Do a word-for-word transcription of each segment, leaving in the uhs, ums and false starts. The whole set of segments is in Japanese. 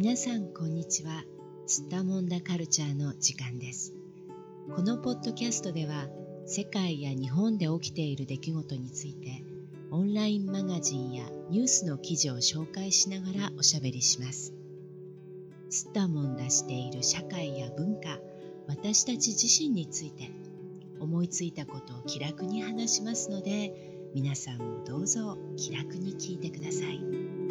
皆さんこんにちは。すったもんだカルチャーの時間です。このポッドキャストでは世界や日本で起きている出来事についてオンラインマガジンやニュースの記事を紹介しながらおしゃべりします。すったもんだしている社会や文化、私たち自身について思いついたことを気楽に話しますので、皆さんもどうぞ気楽に聞いてください。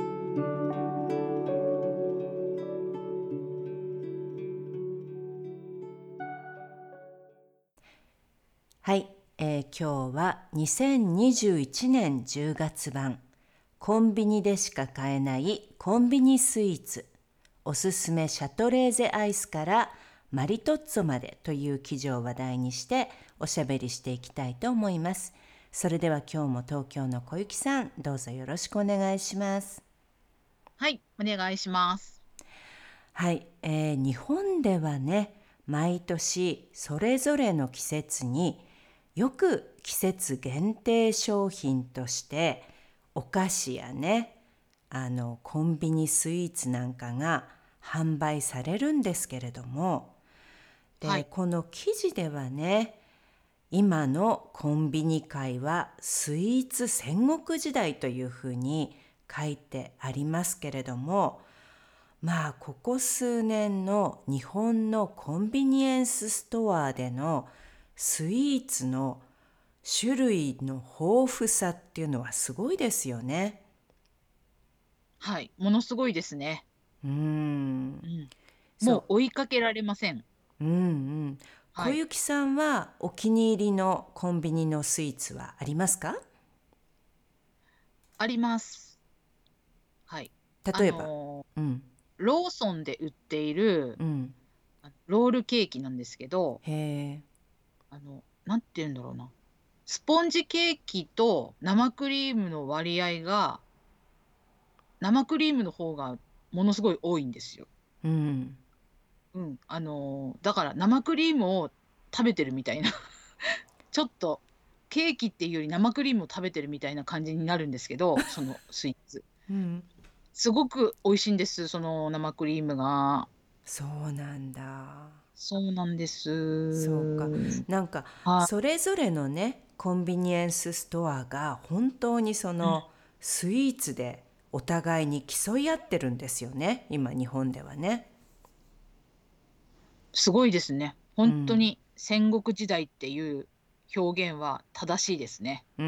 はい、えー今日はにせんにじゅういちねんじゅうがつばん、コンビニでしか買えないコンビニスイーツ、おすすめシャトレーゼアイスからマリトッツォまでという記事を話題にしておしゃべりしていきたいと思います。それでは今日も東京の小雪さん、どうぞよろしくお願いします。 はい、お願いします。 はい、えー日本ではね、毎年それぞれの季節によく季節限定商品としてお菓子やね、あのコンビニスイーツなんかが販売されるんですけれども、ではい、 この記事ではね、今のコンビニ界はスイーツ戦国時代というふうに書いてありますけれども、まあここ数年の日本のコンビニエンスストアでのスイーツの種類の豊富さっていうのはすごいですよね。 はい、ものすごいですね。 うーん、 うん。もうそ追いかけられません。 う、うんうん。小はい、 雪さんはお気に入りのコンビニのスイーツはありますか？ あります。はい。あ例えば。 のうん、 ーローソンで売っているうん。 あのロールケーキなんですけど、 へえ、 あの、なんて言うんだろうな。スポンジケーキと生クリームの割合が、生クリームの方がものすごい多いんですよ。 うん。 うん。あのーだから生クリームを食べてるみたいな。ちょっと、ケーキっていうより生クリームを食べてるみたいな感じになるんですけど、そのスイーツ。 うん。 すごく美味しいんです、その生クリームが。 そうなんだ。 そうなんです。 そうか。なんかはそれぞれのねコンビニエンスストアが本当にそい。うん、 のスイーツでお互いに競い合ってるんですよね、今日本ではね。 すごいですね。 うん、 本当に戦国時代っていう表現は正しいですね。 うん。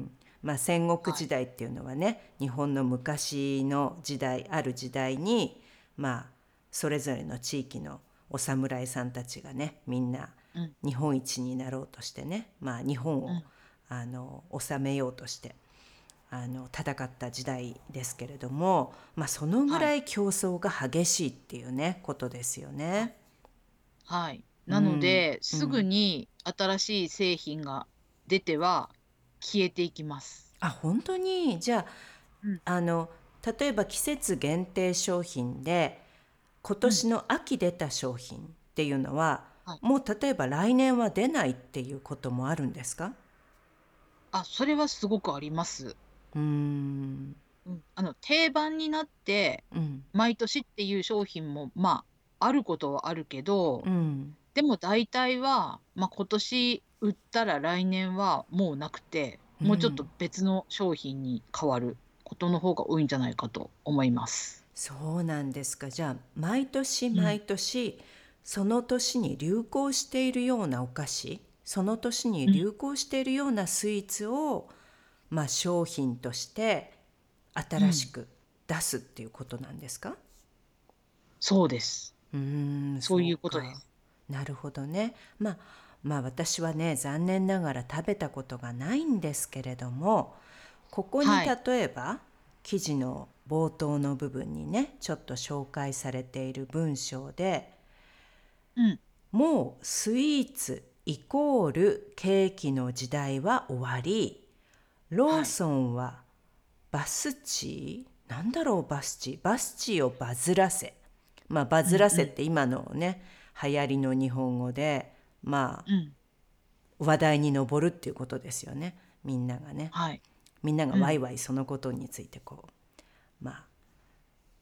まあ戦国はい。 時代っていうのはね、日本の昔の時代、ある時代にまあそれぞれの地域のお侍さんたちがね、みんなうん、 日本一になろうとしてね、まあ日本をうん。 あの治めようとしてあの戦った時代ですけれども、まあ、そのぐはい。 らい競争が激しいっていうねことですよはい。 ね。 はい。 うなのんで、すぐうん。 に新しい製品が出ては消えていきます。 あ、本当にじゃうん、 あ、あの例えば季節限定商品で今うん。 年の秋出た商品っていうのははい。 もう例えば来年は出ないっていうこともあるんですか？ あ、それはすごくあります。 うーんうん。あの、定番になって、 うん毎年っていう商品も、まあ、あることはあるけど、 うんでも大体は、まあ、今年売ったら来年はもうなくて、もうちょっとうん。 別の商品に変わることの方が多いんじゃないかと思います。 そうなんですか。じゃあ毎年うん。 毎年その年に流行しているようなお菓子、その年にうん。 流行しているようなスイーツを、まあ、商品としてうん。 新しく出すっていうことなんですか？ そうです。 うーん、 そういうそうか。 ことです。 なるほどね。まあまあ私はね残念ながら食べたことがないんですけれども、ここにはい。 例えば記事の冒頭の部分にねちょっと紹介されている文章で、 うん。 もうスイーツイコールケーキの時代は終わり、ローはい。 ソンはバスチーなんだろうバスチーバスチーをバズらせ、まあバズらうんうん。 せって今のね流行りの日本語でまあうん。 話題に上るっていうことですよね。みんながねはい。 みんながうん。 ワイワイそのことについてこうまあ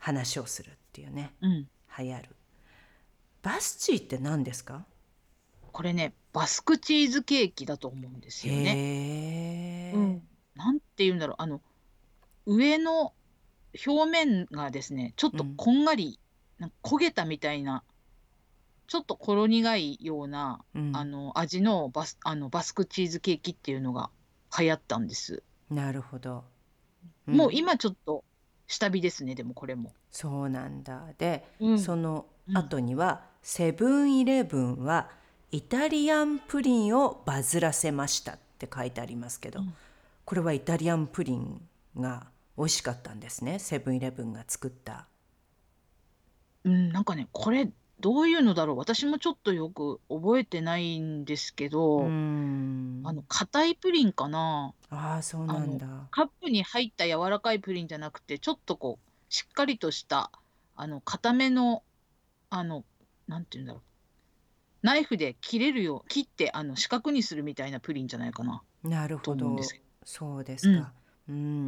話をするっていうね、 うん。 流行る。バスチーって何ですか？ これね、バスクチーズケーキだと思うんですよね。うへえ。 ん。なんて言うんだろう、あの、上の表面がですね、ちょっとうん。 こんがり、なんか焦げたみたいな、ちょっとほろ苦いような、 うん。 あの、味のバスあの、バスクチーズケーキっていうのが流行ったんです。 なるほど。うん。 もう今ちょっと下火ですね、でもこれも。 そうなんだ。で、 うん。 そのうん。 後にはセブンイレブンはイタリアンプリンをバズらせましたって書いてありますけど、 うん。 これはイタリアンプリンが美味しかったんですね。セブンイレブンが作った。 うん、なんかね、これどういうのだろう。私もちょっとよく覚えてないんですけうーど、あの、 ん。 硬いプリンかな。 ああ、そうあの、 なんだ。 カップに入った柔らかいプリンじゃなくて、ちょっとこう、しっかりとした、あの、硬めの、あの、なんて言うんだろう。ナイフで切れるよう、切って、あの、四角にするみたいなプリンじゃないかななると思うんですほど。 けそうでど。うん。 すか。うん。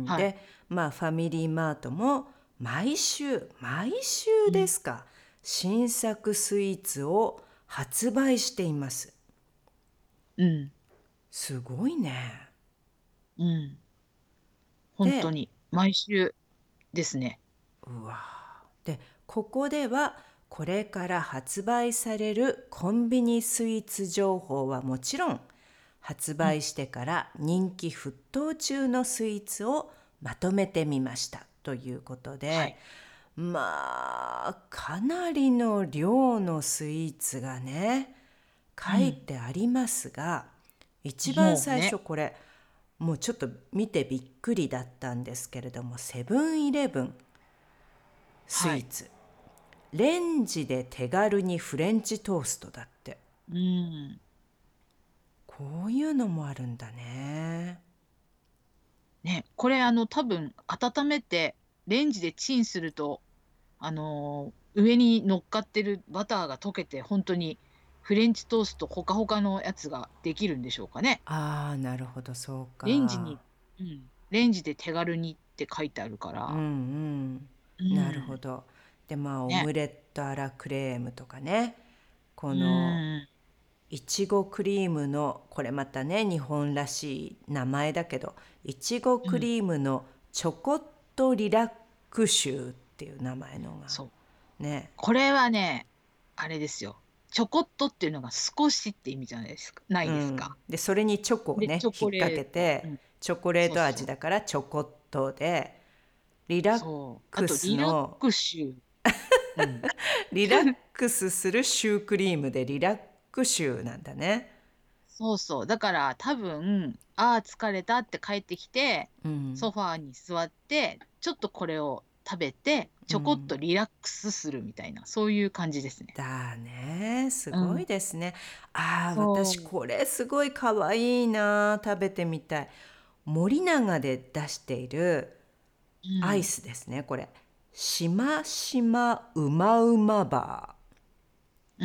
はい。 で、まあファミリーマートも毎週、毎週うん。 ですか、新作スイーツを発売しています。 うん。 すごいね。 うん。ほんとで、 に。毎週ですね。 うわー。で、ここではこれから発売されるコンビニスイーツ情報はもちろん、発うん。 売してから人気沸騰中のスイーツをまとめてみましたということで、 はい。 まあかなりの量のスイーツがね書いうん。 てありますが、一番最もうね。 初これもうちょっと見てびっくりだったんですけれども、セブンイレブンスはい。 イーツ、レンジで手軽にフレンチトーストだって。 うーん。 こういうのもあるんだね。 ね、これあの多分温めてレンジでチンすると、あの、上に乗っかってるバターが溶けて、ほんとにフレンチトーストほかほかのやつができるんでしょうかね。 ああ、なるほど、そうレンジにか。 うん、レンジで手軽にって書いてあるかうんうら。 ん。 うなるほん。 ど。で、まあ、オね。 ムレットアラクレームとかね。 うこの、 ーん。 いちごクリームの、これまたね、日本らしい名前だけど、いちごうん。 クリームのチョコットリラックシューっていう名前のが、 そう。 ね。 これはね、あれですよ。ちょこっとっていうのが少しって意味じゃないですかなうん。 いですか。 で、それにチョコをで、チね、 ョコ引っ掛レート。うけて、 ん。 チョコレートそうそう。 味だからチョコットで、リラッそう。あクとリラッスのクシュ。うん。 リラックスするシュークリームでリラックシューなんだね。 そうそう。だから多分、ああ、疲れたって帰ってきて、 うん。 ソファーに座って、ちょっとこれを食べて、ちょこっうん。 とリラックスするみたいな、そういう感じですね。 だね。すごいうん。 ですね。ああ、私そう。 これすごい可愛いな。食べてみたい。森永で出しているうアイん。 スですね、これ。しましまうまうまバー。 うん。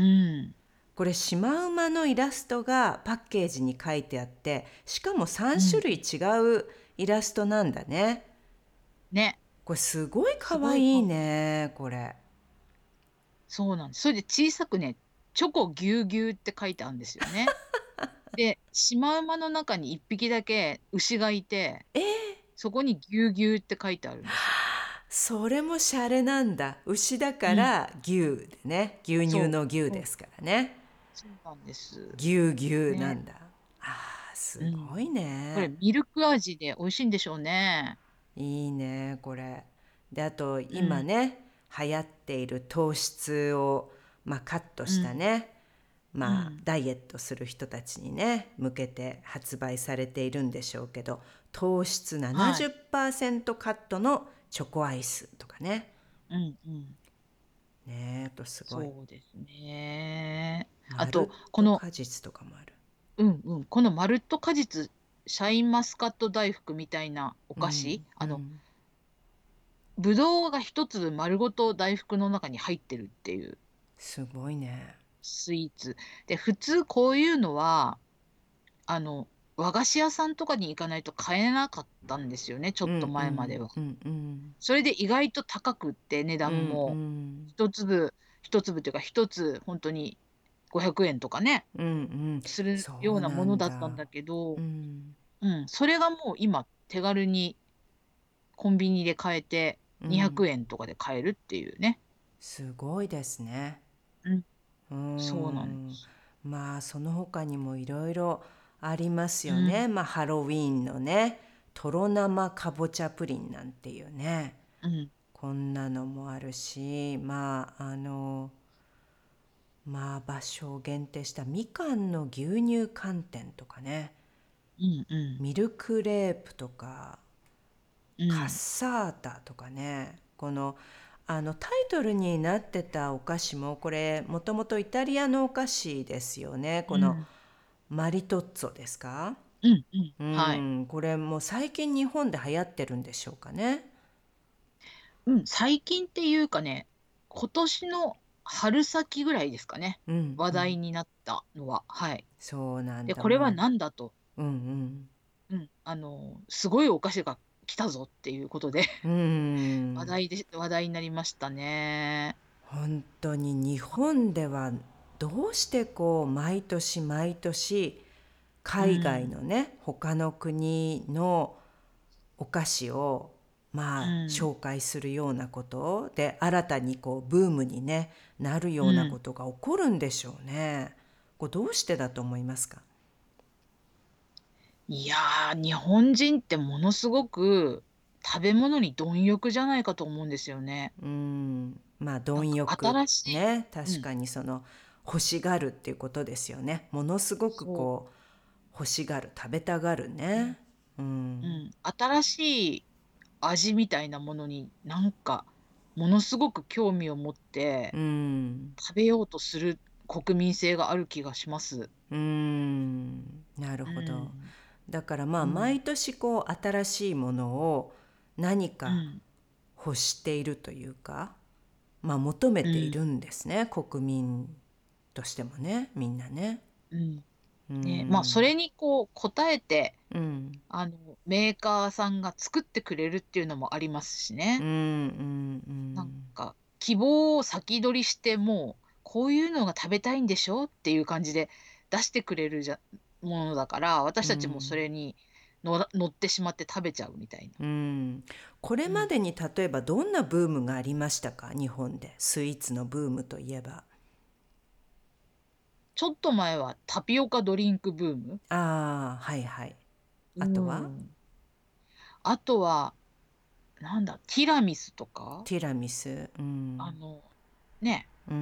これシマウマのイラストがパッケージに書いてあって、しかも3 うん。 種類違うイラストなんだね。 ね。 これすごいす可愛いごいかわね、これ。 そうなんです。それで小さくね、チョコぎゅうぎゅうって書いてあるんですよね。で、シマウマの中にいっぴきだけ牛がいて、 えー、 そこにぎゅうぎゅうって書いてあるんですよ。 それもシャレなんだ。牛だかうん。 ら牛でね、牛乳そう、 の牛そう、 ですからね。 そうなんです。 牛牛なね。 んだ。あー、すうん。 ごいこれね。 ミルク味で美味しいんでしょうね。 いいね、これ。で、あとうん、 今ね、流行っている糖質を、まあ、カットしたうん、 ね、まあ、 うん。 ダイエットする人たちにね、向けて発売されているんでしょうけど、糖質はい。 ななじゅっパーセントカットのチョコアイスとかね。 うん、うん。 ねえ、あとすごい。 そうですね。あと、 マルットこの果実とかもある。 うんうん、このマルット果実、シャインマスカット大福みたいなおう菓子、 ん、うあの、 ん。 ぶどうが一粒丸ごと大福の中に入ってるっていうすごいね。 スイーツ。で、普通こういうのは、あの、 和菓子屋さんとかに行かないと買えなかったんですよね、ちょうんうっと前までんは。 うんうんそれで意外と高くって値うん段も、 うん一粒一粒っていうか一つほんとにごひゃくえんとかね、 うんうんするそうなようなものんだ。 だったんだけど、 うんうん、それがもう今手軽にコンビニで買えて、200 うん円とかで買えるっていうね。 すごいですね。 うん、 うーそうなんでんす。 まあその他にもいろいろありますうん、 よね。まあハロウィーンのねとろ生かぼちゃプリンなんていうねうん、 こんなのもあるし、まああのまあ場所を限定したみかんの牛乳寒天とかね、 うんうん、 ミルクレープとかカッうん、 サータとかね、このあのタイトルになってたお菓子もこれもともとイタリアのお菓子ですよね。このうん、 マリトッツォですか？ うん、うん、 うはい。 ん、これも最近日本で流行ってるんでしょうかね。 うん、最近っていうかね、今年の春先ぐらいですかね、 うん話うん、 題になったのは、はい。で、 そうなんだ。 これはま何だと、 あ、うんうん、あの、すごいお菓子が来たぞっていうことでうん。う話ん、 題で話題になりましたね。 本当に日本ではどうしてこう毎年毎年う海外ん、 のね他の国のお菓子をまあうん、 紹介するようなことで新たにこうブームに、ね、なるようなこうん。 とが起こるんでしょうね。これどうしてだと思いますか？ いやー、日本人ってものすごく食べ物に貪欲じゃないかと思うんですよね。 うん、まあなんか貪欲新しい、 ね、確うん、 かにその欲しがるっていうことですよね。ものすごくそこう欲しがる食べたがるう、うん、 ね。うん、 うん、新しい味みたいなものになんか、ものすごく興味を持ってうん、 食べようとする国民性がある気がします。 うん、なるうほど。 ん、 だからまあうん、 毎年こう新しいものを何かうん、 欲しているというか、まあ求めていうん、 るんですね、国民としてもね、みんなね。 うん。 うね、まあ、そん、 れにこう応えて、 うん、 あの、メーカーさんが作ってくれるっていうのもありますしね。 うん、うん、うなんん、 か、希望を先取りして、もう、こういうのが食べたいんでしょっていう感じで出してくれるじゃものだから、私うたちもそん、 れにのら乗ってしまって食べちゃうみたいな。 うん。これうん。 までに例えばどんなブームがありましたか、日本で。スイーツのブームといえば。 ちょっと前はタピオカドリンクブーム。 ああ、はいはい。 うあとはん。あとは、なんだ、ティラミスとか、 ティラミス。うん、 あの、ね、 うん、うん。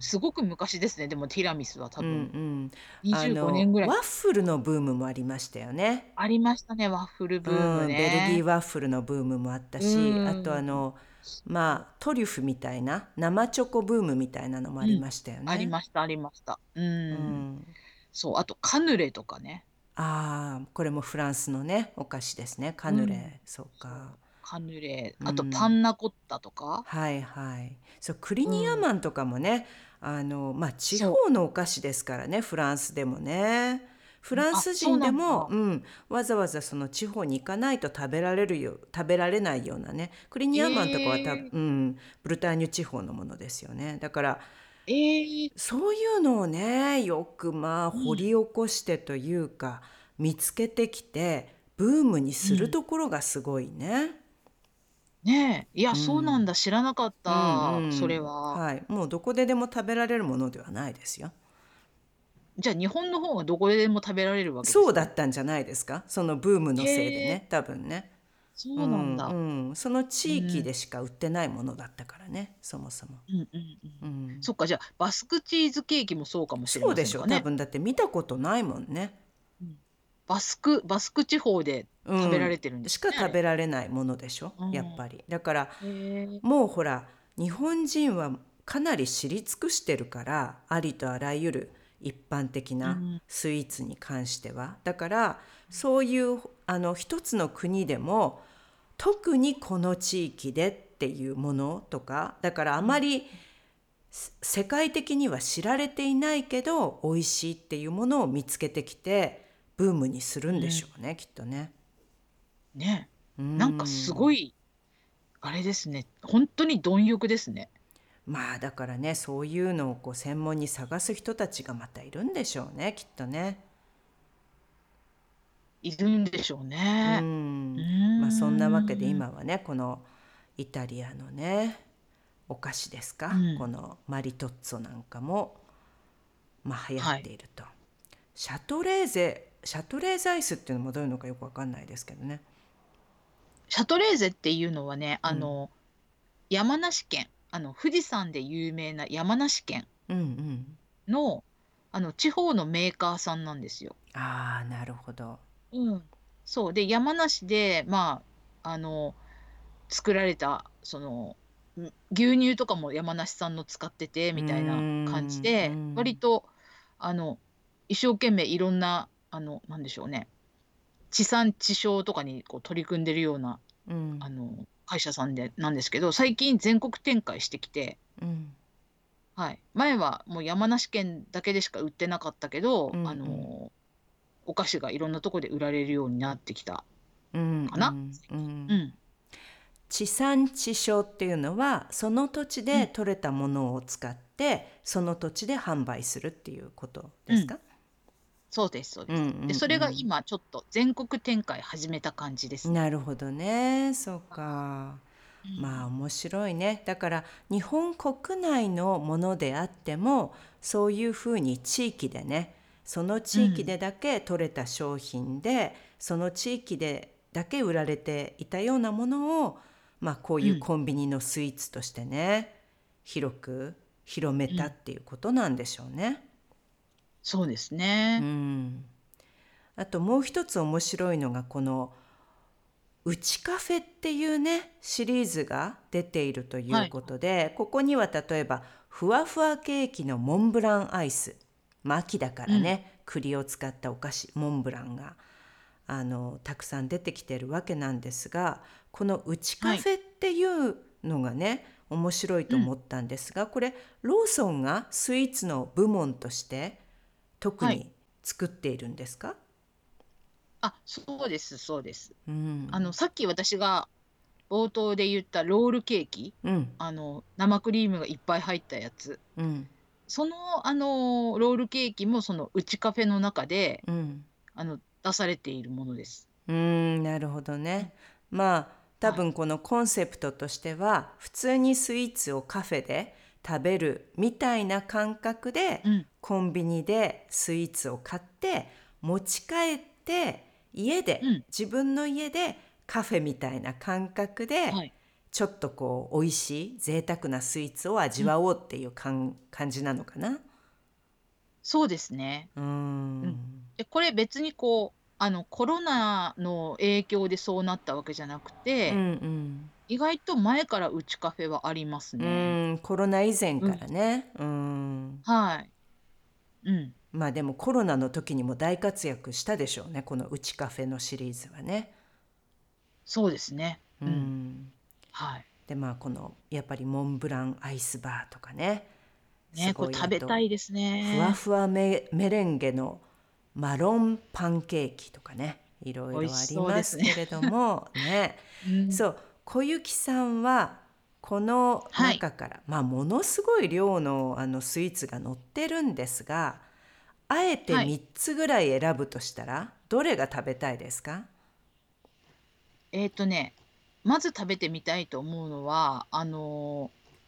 すごく昔ですね、でもティラミスは多うんう分ん、あ 25 の年ぐらい。 ワッフルのブームもありましたよね。 ありましたね、ワッフルブームうん、ベルギーね。 ワッフルのブームもあったうし、あとーん。 あのまあトリュフみたいな生チョコブームみたいなのもあうん。 りましたよありね。 ましたありました。ううーん。 ん、 そう、あとカヌレとかね。 ああこれもフランスのねお菓子ですね、カうん。 ヌレ。そうか。 そう、カヌレ、 うあとパん、 ンナコッタとか。 はいはい。そうクリニうん。 アマンとかもね、あのまあ地そ方のお菓子ですからね、フランスでもね。フう。うん、あ、 ランスそう人でも、 なんだ。 うん、わざわざその地方に行かないと食べられるよ食べられないようなね、クリニアマンとかはた、 ええ、 うん、ブルターニュ地方のものですよね。だからええ、 そういうのをねよくまあうん、 掘り起こしてというか見つけてきてブームにするうん。 ところがすごいね。 ねえ、いや、 うん、 そうなんだ、知らなかっうんうた、それん、 は。 はい、もうどこででも食べられるものではないですよ。 じゃあ、日本の方がどこでも食べられるわけですか？ そうだったんじゃないですか、そのブームのせいでへえ、 ね、多分ね。うそうなんだ。 んうん、その地域うん。 でしか売ってないものだったからね、そもそも。 うんうんうん。 うん、 そっか、じゃあ、バスクチーズケーキもそうかもしれまそうでしょう、 せんかね。 多分だって見たことないもんね。 うん。バスクバスク地方で食べらうん、 れてるんですしかね、あれ。 食べられないものでしょ、 うん。 やっぱり。だからへえ。 もうほら日本人はかなり知り尽くしてるから、ありとあらゆる一般的なうん。 スイーツに関しては。だからそういうあの一つの国でも特にこの地域でっていうものとか、だからあうん。 まり世界的には知られていないけど美味しいっていうものを見つけてきてブームにするうんでしょうね、きっとね。 ね。 うなんかすごん。 い、あれですね。本当に貪欲ですね。 まあだからね、そういうのをこう専門に探す人たちがまたいるんでしょうね、きっとね。 いるんでしょううね。うーん。まあそんなわけでん。 今はね、このイタリアのね、お菓子ですか、こうん。 のマリトッツォなんかも、まあ、流行っはい。 ていると。シャトレーゼ、シャトレーゼアイスっていうのもどういうのかよくわかんないですけどね。 シャトレーゼっていうのはね、 うん。 あの、山梨県、あの、富士山で有名な山梨県うんうん。 の、あの、地方のメーカーさんなんですよ。 ああ、なるほど。 うん。そう。で、山梨で、まあ、あの、作られた、その、ん牛乳とかも山梨産の使ってて、 うーみたいな感じん、うで、割ん、 と、あの、一生懸命いろんな、あの、なんでしょうね、地産地消とかにこう取り組んでるような、 うん、 あの、会社さんでなんですけど、最近全国展開してきて、 うん、 はい。前はもう山梨県だけでしか売ってなかったけど、あうん、うん、 の、お菓子がいろんなとこで売られるようになってきたうん、うかな。 ん、うん。 うん。 地産地消っていうのは、その土地うん。 で採れたものを使って、その土地で販売するっていうことうん。 ですか？ そうです、そううん、うです。で、それがん、 今ちょっと全国展開始めた感じでうん。 すね。 なるほどね。そうか。 うん。 まあ面白いね。だから日本国内のものであっても、そういうふうに地域でね、その地域うん。 でだけ取れた商品で、その地域でだけ売られていたようなものを、まあこういううん。 コンビニのスイーツとしてね、広く広めうん。 たっていうことなんでしょうね。 そうですうね。 ん。あともう一つ面白いのがこのうちカフェっていうねシリーズが出ているというはい。 ことで、ここには例えばふわふわケーキのモンブランアイス、まあ秋だかうん。 らね栗を使ったお菓子モンブランがあのたくさん出てきてるわけなんですが、このうちカはい。 フェっていうのがね面白いとうん。 思ったんですが、これローソンがスイーツの部門として特はい。 に作っているんですか？ あ、そうです、そうです。 うあの、 ん、 さっき私が冒頭で言ったロールケーキ、 うん、 あの、生クリームがいっぱい入ったやつ。 うん、 その、あの、ロールケーキもそのうちカフェの中で、 うん。 あの、出されているものです。 うーん、なるほどうん。 ね。まあ多はい。 分このコンセプトとしては普通にスイーツをカフェで食べるみたいな感覚でうん。 コンビニでスイーツを買って持ち帰って家でうん。 自分の家でカフェみたいな感覚ではい。 ちょっとこう美味しい贅沢なスイーツを味うん。 わおうっていう感感じなのかな。 そうですね。 うーうん。 ん。 で、これ別にこう、あの、コロナの影響でそうなったわけじゃなくうんうて、 ん。 意外と前からうちカフェはありますうね。 ーん、コロナ以前うん。 からね。うーん。 はい。うん。 まあでもコロナの時にも大活躍したでしょうね、このうちカフェのシリーズはね。 そうですね。 ううん。 ん。 はい。 でまあこのやっぱりモンブランアイスバーとかね、すね、これごい。 食べたあといですふわね。 ふわメメレンゲのマロンパンケーキとかね、いろい美味しろありそうですね。 ますけれどもね。 うん。 そう小雪さんはこのはい。 中からまあものすごい量のあのスイーツが載ってるんですが、あえてはい。 みっつぐらい選ぶとしたらどれが食べたいですか？ えっとね、まず食べてみたいと思うのは、あの、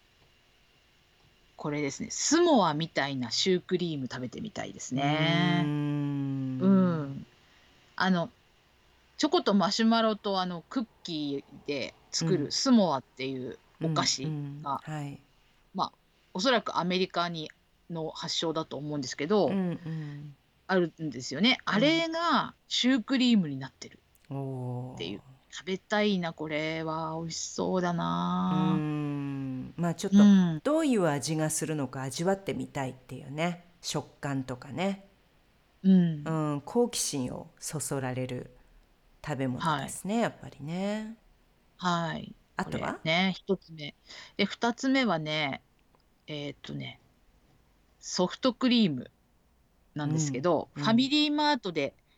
これですね、スモアみたいなシュークリーム食べてみたいですうーね。うん、 ん。あの、チョコとマシュマロとあのクッキーで作るうん、 スモアっていうお菓うん、う子ん、 が、 はい。 まあ、おそらくアメリカにの発祥だと思うんですけうん、 ど、 うん、 あるんですよね。あうん。 れがシュークリームになってるおっていう。 お。 食べたいな、これは美味しそうだうーな。 ん、まあちょっとうん。 どういう味がするのか味わってみたいっていうね、食感とかね、 うん。 うん、好奇心をそそられる食べ物はい。 ですね、やっぱりね。 はい。こあとは？ れね、一つ目。で、二つ目はね、えーっとね、ソフトクリームなんですけうん、 ど、ファミうん、 リーマートで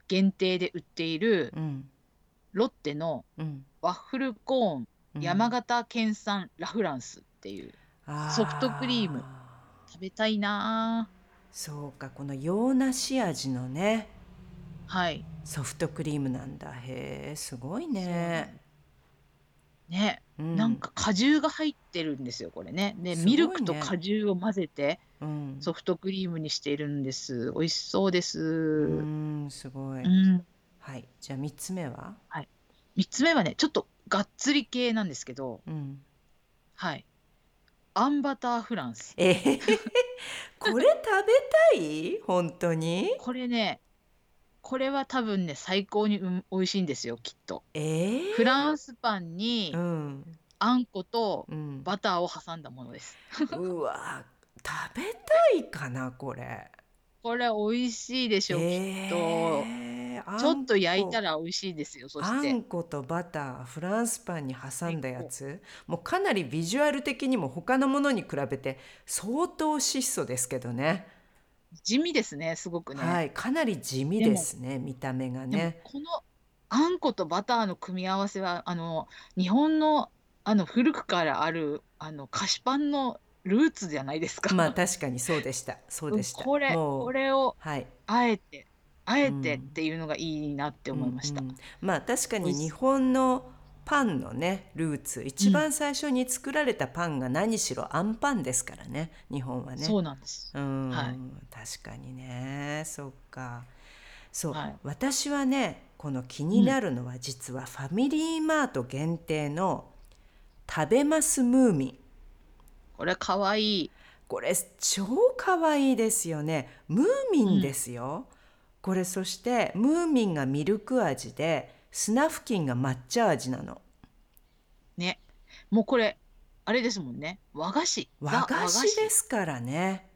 限定で売っているうんロッテのうんワッフルコーンうん山形県産ラフランスっていうソフトクリームあ食べたいなーそうか、この洋梨味のねぁ。はい。 ソフトクリームなんだ。へえ、すごいそうなんね。 ね。 うんなんか果汁が入ってるんですよ、これね。で、 すミルごいね。 クと果汁を混ぜてうんソフトクリームにしているんです。美味しそうでうす。 んすごい。 うん。 はい、じゃあみっつめは？ はい。みっつめはね、ちょっとがっつり系なんですけど、 うんはい。あんバターフランス。 えへへへこれ食べたい本当に？ これね、これは多分ね、最高に、うん、美味しいんですよ、きっと。 えフラー、 ンスパンうにんあんことうんバターを挟んだものです。 うわ、食べたいかなこれ。 これ美味しいでしょう、きっと。 えー、あんちょっと焼いたこら美味しいですよ、そしあて。 んことバターフランスパンに挟んだや最高。 つ、もうかなりビジュアル的にも他のものに比べて相当質素ですけどね。 地味ですね、すごくね。 はい、かなり地味でもですね、見た目がでも、 ね。 このあんことバターの組み合わせは、あの、日本の、あの、古くからある、あの、菓子パンのルーツじゃないですか。 まあ確かにそうでした。そううん、 でした。 これこもう、 れをはい。 あえてあうえてっん。 ていうのがいいなってう思いました。 んうん。まあ確かに日美味し本のパンのね、ルーツ、 うん、 一番最初に作られたパンが何しろあんパンですからね、日本はね。 そうなんです。 うはい、 ん、確かにね。そっか。そう、 はい。 私はね、この気うん。 になるのは実はファミリーマート限定の食べますムーミン。 これ可愛い。 これ超かわいいですよね。ムーミンでうん。 すよ。これそしてムーミンがミルク味でスナフキンが抹茶味なの。 ね。もうこれ、あれですもんね。和菓子、ザ和菓和菓子で子。 すからね。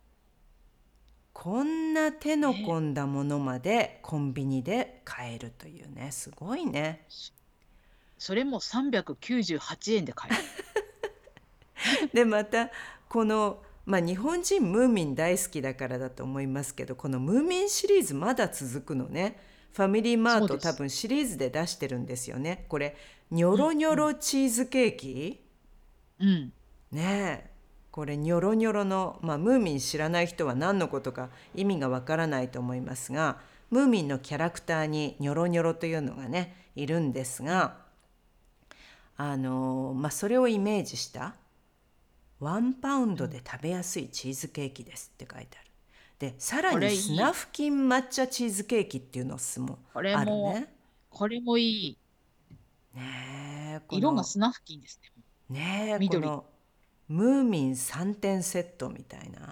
こんな手のね。 込んだものまでコンビニで買えるというね、すごいね。 そそれもさんびゃくきゅうじゅうはちえんで買える。 でまたこの、まあ、日本人ムーミン大好きだからだと思いますけど、このムーミンシリーズまだ続くのね。ファミリーマート多そうです。 分シリーズで出してるんですよね。これニョうん、 ロニョうん、 ロチーズケーキうん。 ねえ。これニョロニョロの、まあ、ムーミン知らない人は何のことか意味がわからないと思いますが、ムーミンのキャラクターにニョロニョロというのがねいるんですうん。 が、あのまあそれをイメージしたワンパウンうん。 ドで食べやすいチーズケーキですって書いてある。でさらこにれいい。 スナフキン抹茶チーズケーキっていうのもこれもあるね。 これもいい。 ねえこの色がスナフキンですね。 ねえこ緑。 のムーミンさんてんセットみたいな、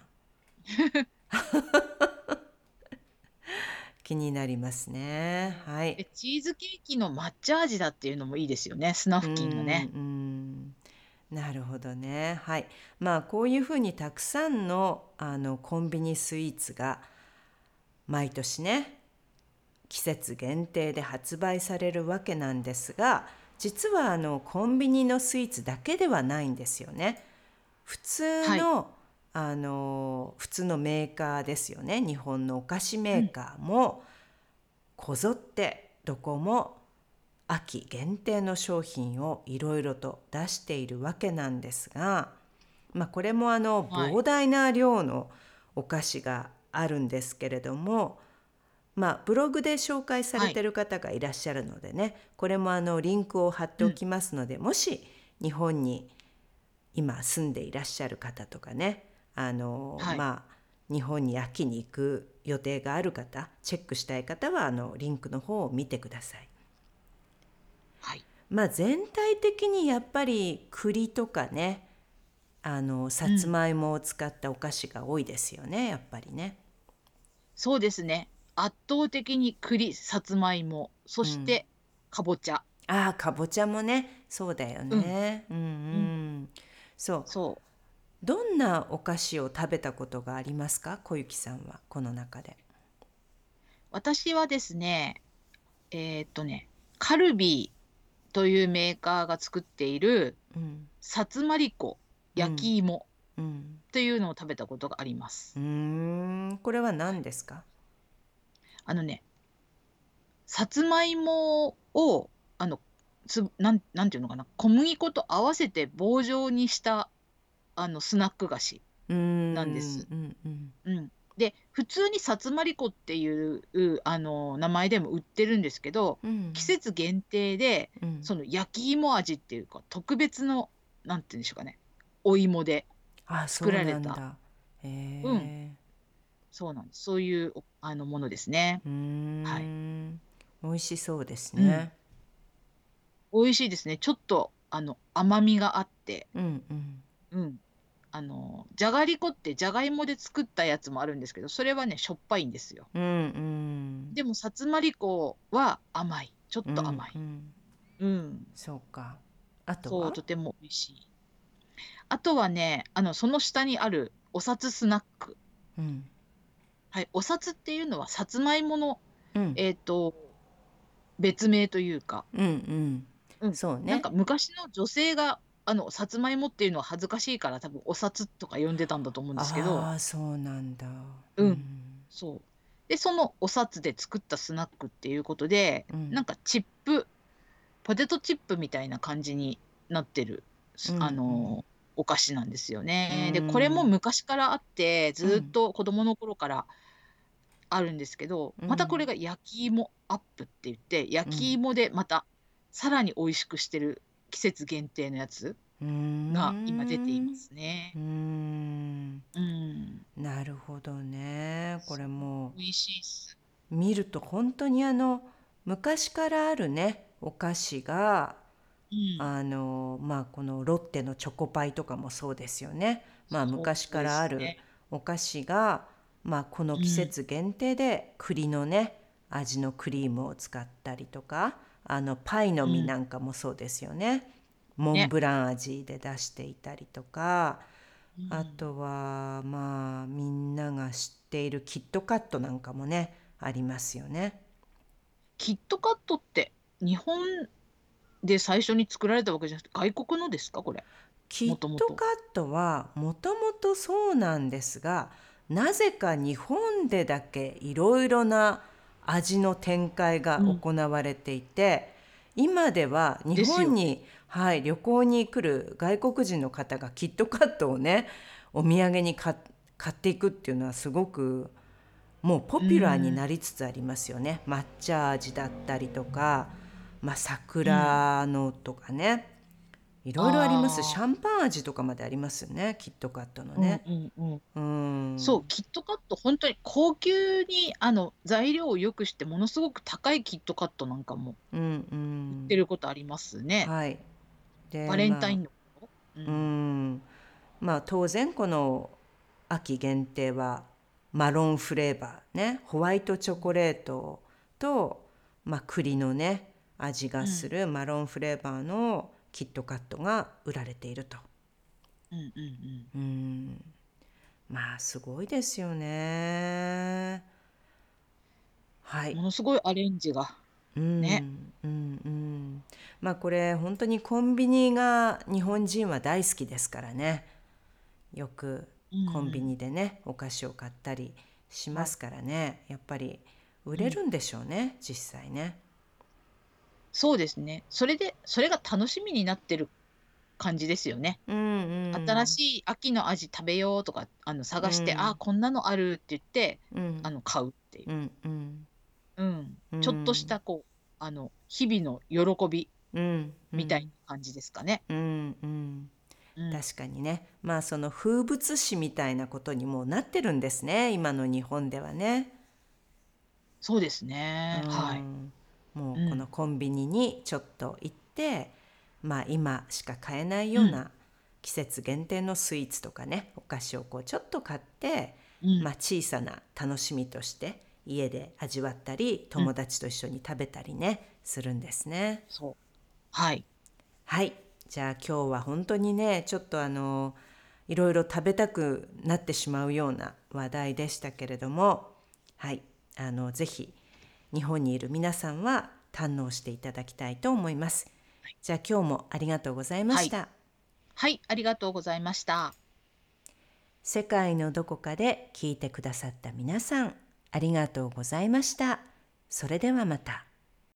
気になりますね。 ね。 はい。 で、チーズケーキの抹茶味だっていうのもいいですよね、スナうーんフキンのね。 うーんなるほどね。はい。まあこういうふうにたくさんのあのコンビニスイーツが毎年ね季節限定で発売されるわけなんですが、実はあのコンビニのスイーツだけではないんですよね。普通はい。 のあの普通のメーカーですよね。日本のお菓子メうん。 ーカーもこぞってどこも秋限定の商品をいろいろと出しているわけなんですが、まあ、これもあのはい。 膨大な量のお菓子があるんですけれども、まあ、ブログで紹介されはい。 ている方がいらっしゃるのでね、これもあのリンクを貼ってうん。 おきますので、もし日本に今住んでいらっしゃる方とかね、あのはい。 まあ日本に秋に行く予定がある方、チェックしたい方はあのリンクの方を見てください。 はい。 まあ全体的にやっぱり栗とかね、あのさつうん。 まいもを使ったお菓子が多いですよね、やっぱりね。 そうですね。圧倒的に栗、さつまいも、そうん。 してかぼちゃ。 ああ、かぼちゃもね、そうだようん。 ね。うんううん。 ん。そう。 そう。 どんなお菓子を食べたことがありますか、小雪さんは、この中で。 私はですね、えーっとね、カルビーというメーカーが作っているうん。 さつまりこうん。 焼き芋うん。 というのを食べたことがありまうす。 ーん、これははい。 何ですか？ あのね、 さつまいもをあのつなんなんていうのかな、小麦粉と合わせて棒状にしたあのスナック菓子うーん、 なんです。 うんうんうん。で、普通にさつまりこっていううあの名前でも売ってるんですけど、 うん季節限定でうんその焼き芋味っていうか特別のなんていうんでしょうかね、お芋であ、そう作られた、 なんだ。へうん、 え。 そうなんです。そういうおあのものですね。 うーはい。 ん。美味しそうですうん。 ね。 美味しいですね。ちょっとあの甘みがあって、 うんうんうん。あのじゃがりこってじゃがいもで作ったやつもあるんですけど、それはねしょっぱいんですよ。 うんうんでもさつまりこは甘い。ちょっうんと甘い。 うん。 うん。 そうか。あとそう、 は？ とても美味しい。あとはね、あの、その下にあるおさつスナック。 うんはい、おさつっていうのはさつまいもの、 うんえっと、別名というか、 うんうん。 うん、なんかそうね。 昔の女性が、あの、さつまいもっていうのは恥ずかしいから、多分おさつとか呼んでたんだと思うんですけど、 ああ、そうなんだ。ううん、 んそう。で、そのおさつで作ったスナックっていうことで、 うんなんかチップポテトチップみたいな感じになってる、 うすあんうんの、お菓子なんですようね。で、これもん昔からあって、ずっうんと子供の頃からあるんですけど、またこれうんが焼き芋アップって言って、焼きうん芋でまたさらに美味しくしてる季節限定のやつうーが今出ていまんすね。 うーん。 うん。 なるほどね。こそう、 れも美味しいっす。 う見ると本当にあの昔からあるねお菓子がうん。 あのまあこのロッテのチョコパイとかもそうですよね。まあ昔そうでからあるすね。 お菓子がまあこの季うん。 節限定で栗のね味のクリームを使ったりとか、あのパイのうん。 実なんかもそうですよね。モンね。 ブラン味で出していたりとか、 うん。 あとはまあみんなが知っているキットカットなんかもねありますよね。 キットカットって日本で最初に作られたわけじゃなくて、外国のですか？これ。 キッもともと。 トカットはもともとそうなんですが、なぜか日本でだけいろいろな味の展開がうん。 行われていて、今では日ですよね。 本に、はい、旅行に来る外国人の方がキットカットをねお土産に買買っていくっていうのはすごくもうポうピュラーにん。 なりつつありますよね。抹茶味だったりとか、まあ、 うん。 桜のとかね、いろいろあります。シああ。 ャンパン味とかまでありますよね、キットカットのうんね。 うんうん。 うーそう、 んキットカットほんとに高級に、あの、材料を良くしてものすごく高いキットカットなんかもうんう売っん。 てることありますね。 はい。でバレンタイまンの頃。うあうーん。 んまあ当然この秋限定はマロンフレーバーね、ホワイトチョコレートと、まあ、栗のね味がすうん。 るマロンフレーバーのキットカットが売られていると。 うんうんうん。 うーんまあすごいですよね。はい。 ものすごいアレンジが、 うね。 んうんうん。まあこれ本当にコンビニが日本人は大好きですからね。よくうんうコンビん。 ニでねお菓子を買ったりしまはい。 すからね。やっぱり売うん。 れるんでしょうね実際ね。 そうですね。それでそれが楽しみになってる感じですよね。 うんうん新しい秋の味食べようとか、あの、 う探して、あ、 んこんなのあるって言って、 うんあの、買うっていう。 うんうんうん。 うちょっとしんたこう、あの、日々の喜びうんうみたいんな感じですかね。 うんうん。 うん。 確かにね、まあその風物詩みたいなことにもうなってるんですね今の日本ではね。 そうですうね。はい。 んもうこのうん。 コンビニにちょっと行って、まあ今しか買えないうん。 ような季節限定のスイーツとかねお菓子をこうちょっと買って、 うん。 まあ、小さな楽しみとして家で味わったりうん。 友達と一緒に食べたりねするんですね。 そう。はい。 はい、じゃあ今日は本当にねちょっとあのいろいろ食べたくなってしまうような話題でしたけれども、はい、あのぜひ日本にいる皆さんは堪能していただきたいと思います。じゃあ今日もありがとうございまはい。 した。 はい、ありがとうございました。 世界のどこかで聞いてくださった皆さん、ありがとうございました。それではまた。